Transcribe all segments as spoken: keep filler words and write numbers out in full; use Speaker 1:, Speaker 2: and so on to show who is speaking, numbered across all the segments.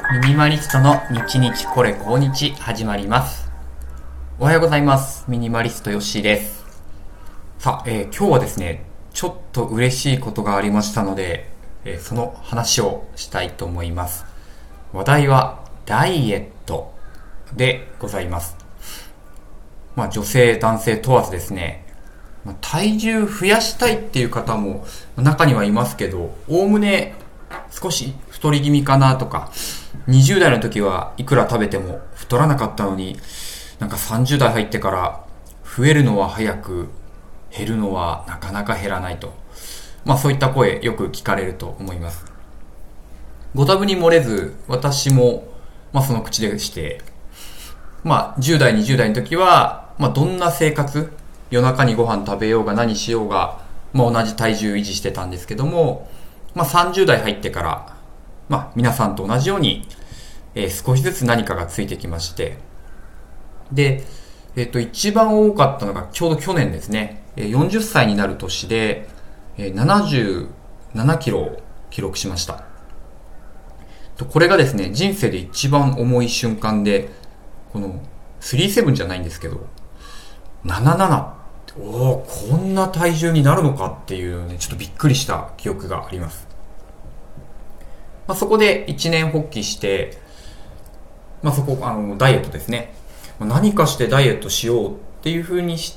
Speaker 1: ミニマリストの日日これ今日始まります。おはようございます。ミニマリストよっしーです。さあ、えー、今日はですね、ちょっと嬉しいことがありましたので、えー、その話をしたいと思います。話題はダイエットでございます。まあ女性男性問わずですね、まあ、体重増やしたいっていう方も中にはいますけど、おおむね少し太り気味かなとか、にじゅう代の時はいくら食べても太らなかったのに、なんかさんじゅう代入ってから増えるのは早く減るのはなかなか減らないと、まあそういった声よく聞かれると思います。ご多分に漏れず私もまあその口でして、まあじゅう代にじゅう代の時はまあどんな生活、夜中にご飯食べようが何しようが、まあ同じ体重維持してたんですけども、まあさんじゅう代入ってからまあ皆さんと同じように、えー、少しずつ何かがついてきまして、で、えっと一番多かったのがちょうど去年ですね、よんじゅっさいになる年でななじゅうななキロを記録しました。これがですね、人生で一番重い瞬間で、このさんじゅうななじゃないんですけど、ななじゅうなな、おお、こんな体重になるのかっていうね、ちょっとびっくりした記憶があります。まあ、そこで一年発起して、まあ、そこあのダイエットですね、何かしてダイエットしようっていう風にして、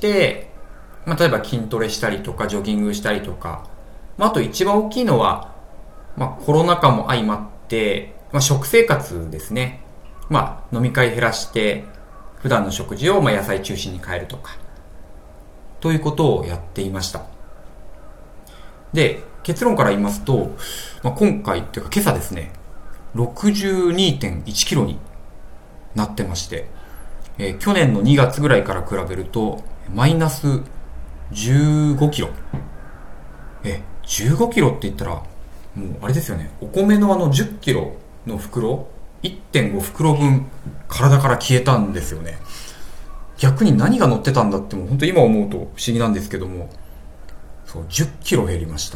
Speaker 1: まあ、例えば筋トレしたりとかジョギングしたりとか、まあ、あと一番大きいのは、まあ、コロナ禍も相まって、まあ、食生活ですね。まあ、飲み会減らして普段の食事をまあ野菜中心に変えるとかということをやっていました。で、結論から言いますと、まあ、今回というか今朝ですね、ろくじゅうにてんいちキロになってまして、えー、去年のにがつぐらいから比べるとマイナスじゅうごキロ。えじゅうごキロって言ったらもうあれですよね、お米のあのじゅっキロの袋 いってんご 袋分体から消えたんですよね。逆に何が乗ってたんだってもう本当今思うと不思議なんですけども、そうじゅっキロ減りました。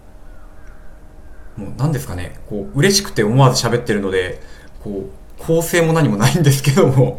Speaker 1: もう何ですかね、こう嬉しくて思わず喋ってるので、こう構成も何もないんですけども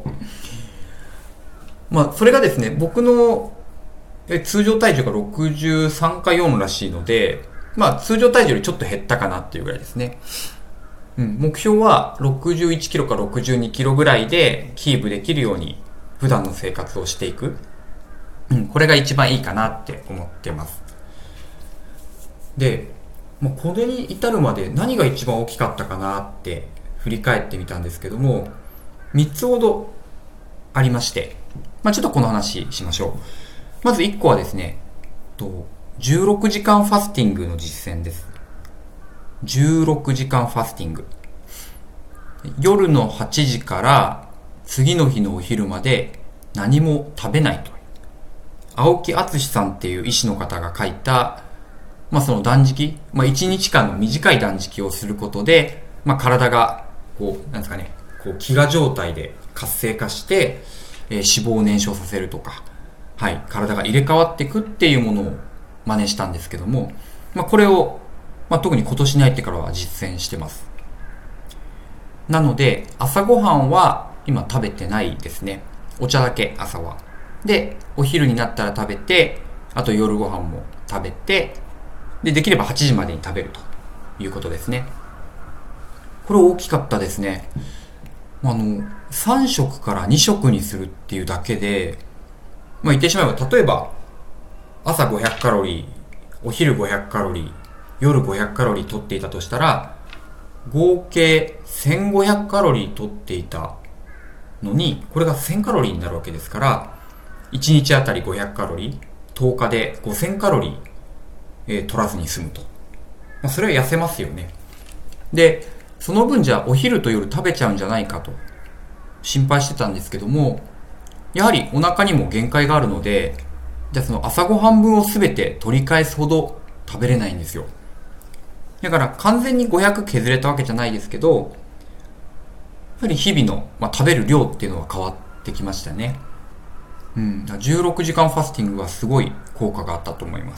Speaker 1: まあそれがですね、僕のえ通常体重がろくじゅうさんかよんらしいので、まあ通常体重よりちょっと減ったかなっていうぐらいですね。うん、目標はろくじゅういちキロかろくじゅうにキロぐらいでキープできるように普段の生活をしていく。うん、これが一番いいかなって思ってます。で、もうこれに至るまで何が一番大きかったかなって振り返ってみたんですけども、みっつほどありまして、まあ、ちょっとこの話しましょう。まずいっこはですね、じゅうろくじかんファスティングの実践です。じゅうろくじかんファスティング。夜のはちじから次の日のお昼まで何も食べないと。青木敦さんっていう医師の方が書いた、まあその断食、まあいちにちかんの短い断食をすることで、まあ体が、こう、なんですかね、こう飢餓状態で活性化して、えー、脂肪を燃焼させるとか、はい、体が入れ替わっていくっていうものを真似したんですけども、まあこれを、まあ特に今年に入ってからは実践してます。なので、朝ごはんは今食べてないですね。お茶だけ、朝は。で、お昼になったら食べて、あと夜ご飯も食べて、で、できればはちじまでに食べるということですね。これ大きかったですね。あの、さん食からに食にするっていうだけで、まあ言ってしまえば、例えば、朝ごひゃくカロリー、お昼ごひゃくカロリー、夜ごひゃくカロリー取っていたとしたら、合計せんごひゃくカロリー取っていたのに、これがせんカロリーになるわけですから、いちにちあたりごひゃくカロリー、とおかでごせんカロリー、えー、取らずに済むと。まあ、それは痩せますよね。で、その分じゃあお昼と夜食べちゃうんじゃないかと心配してたんですけども、やはりお腹にも限界があるので、じゃあその朝ごはん分をすべて取り返すほど食べれないんですよ。だから完全にごひゃく削れたわけじゃないですけど、やはり日々の、まあ、食べる量っていうのは変わってきましたね。うん、じゅうろくじかんファスティングはすごい効果があったと思います。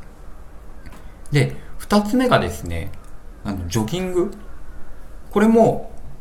Speaker 1: で、二つ目がですね、あのジョギング。これも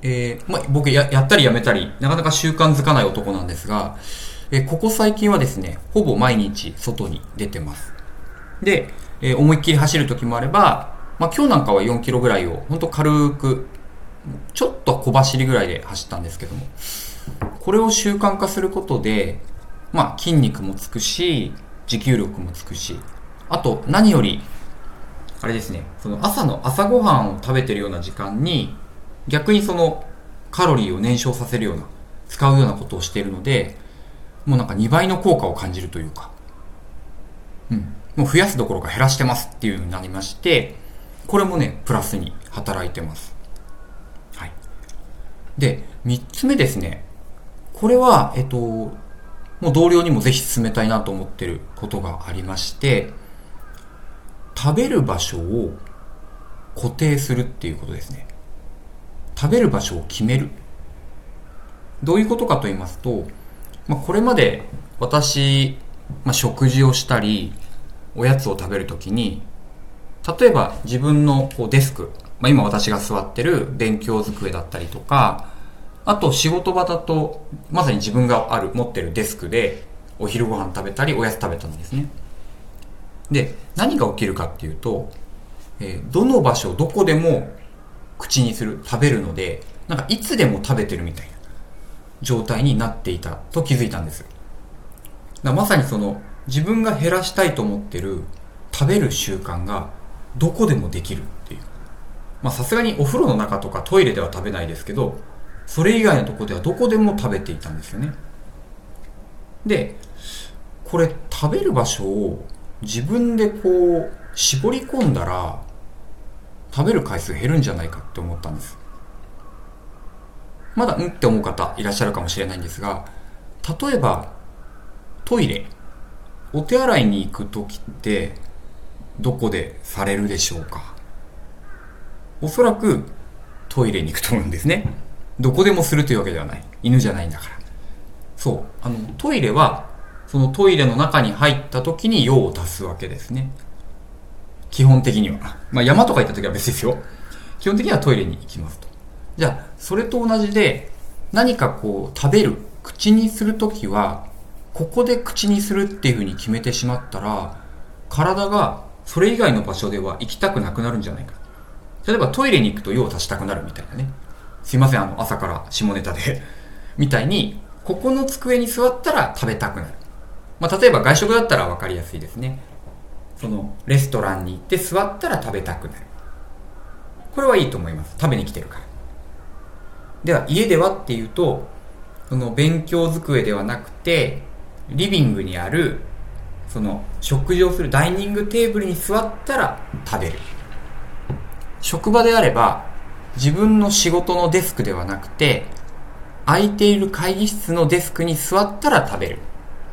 Speaker 1: えー、まあ、僕や、やったりやめたり、なかなか習慣づかない男なんですが、えー、ここ最近はですね、ほぼ毎日外に出てます。で、えー、思いっきり走る時もあれば、まあ、今日なんかはよんキロぐらいを、ほんと軽く、ちょっと小走りぐらいで走ったんですけども、これを習慣化することで、まあ、筋肉もつくし、持久力もつくし、あと何より、あれですね、その朝の朝ごはんを食べてるような時間に、逆にそのカロリーを燃焼させるような、使うようなことをしているので、もうなんかにばいの効果を感じるというか、うん、もう増やすどころか減らしてますっていう風になりまして、これもね、プラスに働いてます。はい。で、みっつめですね、これは、えっと、もう同僚にもぜひ進めたいなと思ってることがありまして、食べる場所を固定するっていうことですね。食べる場所を決める。どういうことかと言いますと、まあ、これまで私、まあ、食事をしたり、おやつを食べるときに、例えば自分のこうデスク、まあ、今私が座ってる勉強机だったりとか、あと仕事場だと、まさに自分がある、持ってるデスクで、お昼ご飯食べたり、おやつ食べたんですね。で、何が起きるかっていうと、えー、どの場所、どこでも口にする、食べるので、なんかいつでも食べてるみたいな状態になっていたと気づいたんです。だからまさにその、自分が減らしたいと思ってる食べる習慣がどこでもできるっていう。まあさすがにお風呂の中とかトイレでは食べないですけど、それ以外のところではどこでも食べていたんですよね。で、これ食べる場所を自分でこう絞り込んだら食べる回数減るんじゃないかって思ったんです。まだうんって思う方いらっしゃるかもしれないんですが、例えばトイレ、お手洗いに行くときってどこでされるでしょうか。おそらくトイレに行くと思うんですね。どこでもするというわけではない。犬じゃないんだから。そう。あの、トイレは、そのトイレの中に入った時に用を足すわけですね。基本的には。まあ山とか行った時は別ですよ。基本的にはトイレに行きますと。じゃあ、それと同じで、何かこう、食べる、口にするときは、ここで口にするっていう風に決めてしまったら、体がそれ以外の場所では行きたくなくなるんじゃないか。例えばトイレに行くと用を足したくなるみたいなね。すいません、あの、朝から下ネタで。みたいに、ここの机に座ったら食べたくなる。まあ、例えば外食だったら分かりやすいですね。その、レストランに行って座ったら食べたくなる。これはいいと思います。食べに来てるから。では、家ではっていうと、その勉強机ではなくて、リビングにある、その、食事をするダイニングテーブルに座ったら食べる。職場であれば、自分の仕事のデスクではなくて、空いている会議室のデスクに座ったら食べる。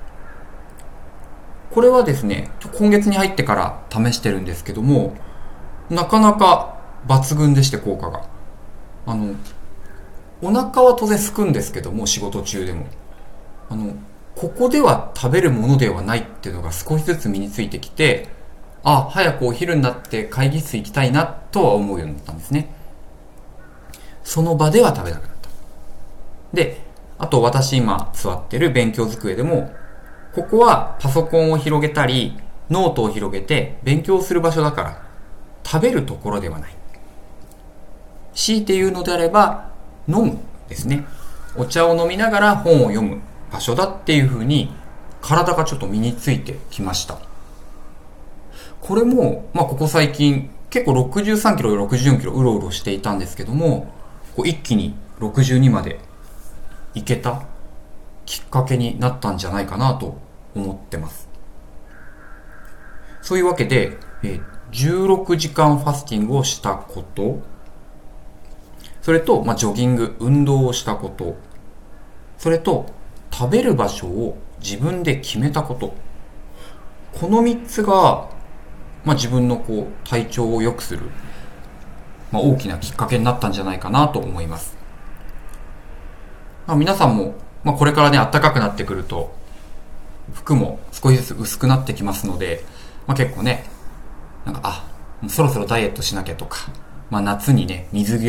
Speaker 1: これはですね、今月に入ってから試してるんですけども、なかなか抜群でして効果が。あの、お腹は当然空くんですけども、仕事中でも。あの、ここでは食べるものではないっていうのが少しずつ身についてきて、あ、早くお昼になって会議室行きたいなとは思うようになったんですね。その場では食べなくなった。で、あと私今座ってる勉強机でも、ここはパソコンを広げたり、ノートを広げて勉強する場所だから、食べるところではない。強いて言うのであれば、飲むですね。お茶を飲みながら本を読む場所だっていう風に、体がちょっと身についてきました。これも、まあここ最近、結構ろくじゅうさんキロ、ろくじゅうよんキロうろうろしていたんですけども、こう一気にろくじゅうにまでいけたきっかけになったんじゃないかなと思ってます。そういうわけで、えじゅうろくじかんファスティングをしたこと、それと、まあ、ジョギング、運動をしたこと、それと食べる場所を自分で決めたこと、このみっつが、まあ、自分のこう体調を良くする、まあ、大きなきっかけになったんじゃないかなと思います。まあ、皆さんも、まあ、これからね暖かくなってくると服も少しずつ薄くなってきますので、まあ、結構ねなんかあもうそろそろダイエットしなきゃとか、まあ、夏にね水着を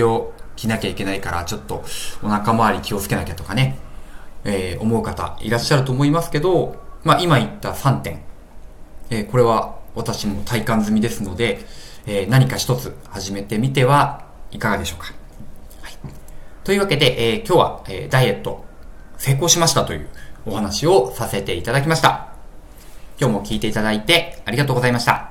Speaker 1: 着なきゃいけないからちょっとお腹周り気をつけなきゃとかね、えー、思う方いらっしゃると思いますけど、まあ今言ったさんてん、えー、これは私も体感済みですので、えー、何か一つ始めてみてはいかがでしょうか。はい、というわけで、えー、今日は、えー、ダイエット成功しましたというお話をさせていただきました。今日も聞いていただいてありがとうございました。